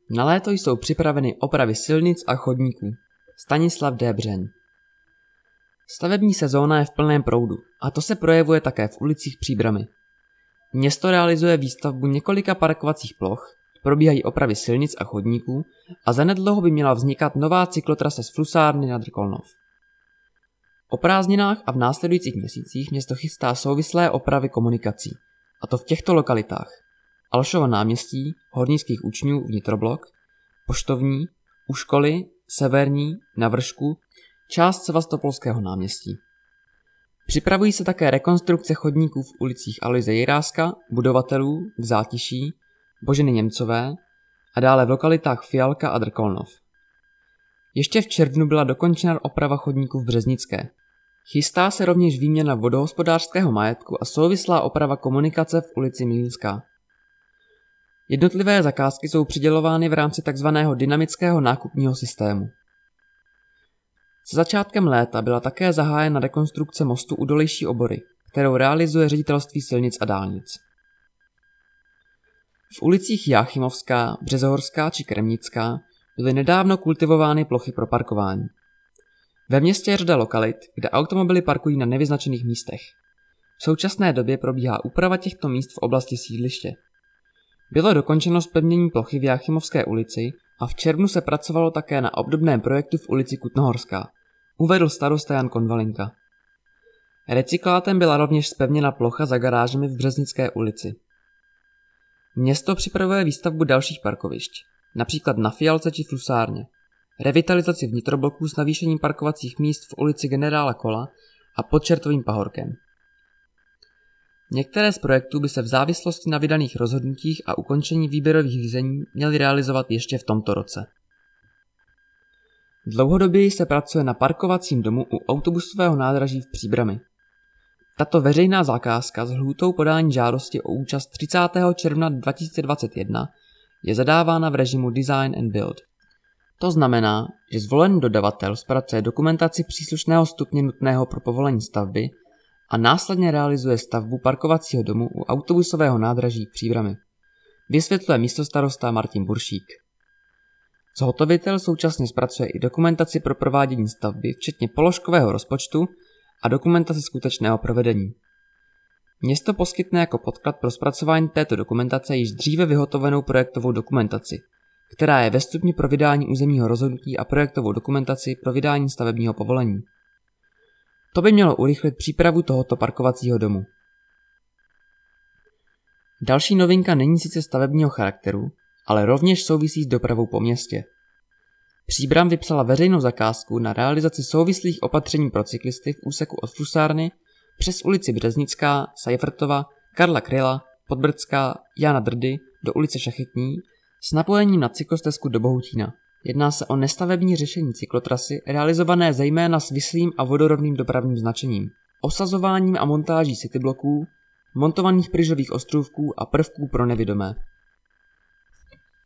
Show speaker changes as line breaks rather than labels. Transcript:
Na léto jsou připraveny opravy silnic a chodníků. Stanislav D. Břeň. Stavební sezóna je v plném proudu a to se projevuje také v ulicích Příbrami. Město realizuje výstavbu několika parkovacích ploch, probíhají opravy silnic a chodníků a zanedlouho by měla vznikat nová cyklotrasa z Flusárny na Drkolnov. O prázdninách a v následujících měsících město chystá souvislé opravy komunikací, a to v těchto lokalitách: Alšovo náměstí, Hornických učňů vnitroblok, Poštovní, u školy, Severní, na Vršku, část Sevastopolského náměstí. Připravují se také rekonstrukce chodníků v ulicích Aloise Jiráska, Budovatelů, v Zátiší, Boženy Němcové a dále v lokalitách Fialka a Drkolnov. Ještě v červnu byla dokončena oprava chodníků v Březnické. Chystá se rovněž výměna vodohospodářského majetku a souvislá oprava komunikace v ulici Mlýnská. Jednotlivé zakázky jsou přidělovány v rámci tzv. Dynamického nákupního systému. Se začátkem léta byla také zahájena rekonstrukce mostu u Dolejší Obory, kterou realizuje Ředitelství silnic a dálnic. V ulicích Jáchymovská, Březohorská či Kremnická byly nedávno kultivovány plochy pro parkování. Ve městě je řada lokalit, kde automobily parkují na nevyznačených místech. V současné době probíhá úprava těchto míst v oblasti sídliště. Bylo dokončeno zpevnění plochy v Jáchymovské ulici a v červnu se pracovalo také na obdobném projektu v ulici Kutnohorská, uvedl starosta Jan Konvalinka. Recyklátem byla rovněž zpevněna plocha za garážemi v Březnické ulici. Město připravuje výstavbu dalších parkovišť, například na Fialce či Flusárně, revitalizaci vnitrobloků s navýšením parkovacích míst v ulici Generála Kola a pod Čertovým pahorkem. Některé z projektů by se v závislosti na vydaných rozhodnutích a ukončení výběrových řízení měly realizovat ještě v tomto roce. Dlouhodobě se pracuje na parkovacím domu u autobusového nádraží v Příbrami. Tato veřejná zakázka s lhůtou podání žádosti o účast 30. června 2021 je zadávána v režimu Design and Build. To znamená, že zvolený dodavatel zpracuje dokumentaci příslušného stupně nutného pro povolení stavby a následně realizuje stavbu parkovacího domu u autobusového nádraží v Příbrami. Vysvětluje místostarosta Martin Buršík. Zhotovitel současně zpracuje i dokumentaci pro provádění stavby, včetně položkového rozpočtu a dokumentaci skutečného provedení. Město poskytne jako podklad pro zpracování této dokumentace již dříve vyhotovenou projektovou dokumentaci, která je ve stupni pro vydání územního rozhodnutí a projektovou dokumentaci pro vydání stavebního povolení. To by mělo urychlit přípravu tohoto parkovacího domu. Další novinka není sice stavebního charakteru, ale rovněž souvisí s dopravou po městě. Příbram vypsala veřejnou zakázku na realizaci souvislých opatření pro cyklisty v úseku od Flusárny přes ulici Březnická, Sajfrtova, Karla Kryla, Podbrdská, Jana Drdy do ulice Šachetní s napojením na cyklostezku do Bohutína. Jedná se o nestavební řešení cyklotrasy realizované zejména s vislým a vodorovným dopravním značením, osazováním a montáží citybloků, montovaných pryžových ostrůvků a prvků pro nevidomé.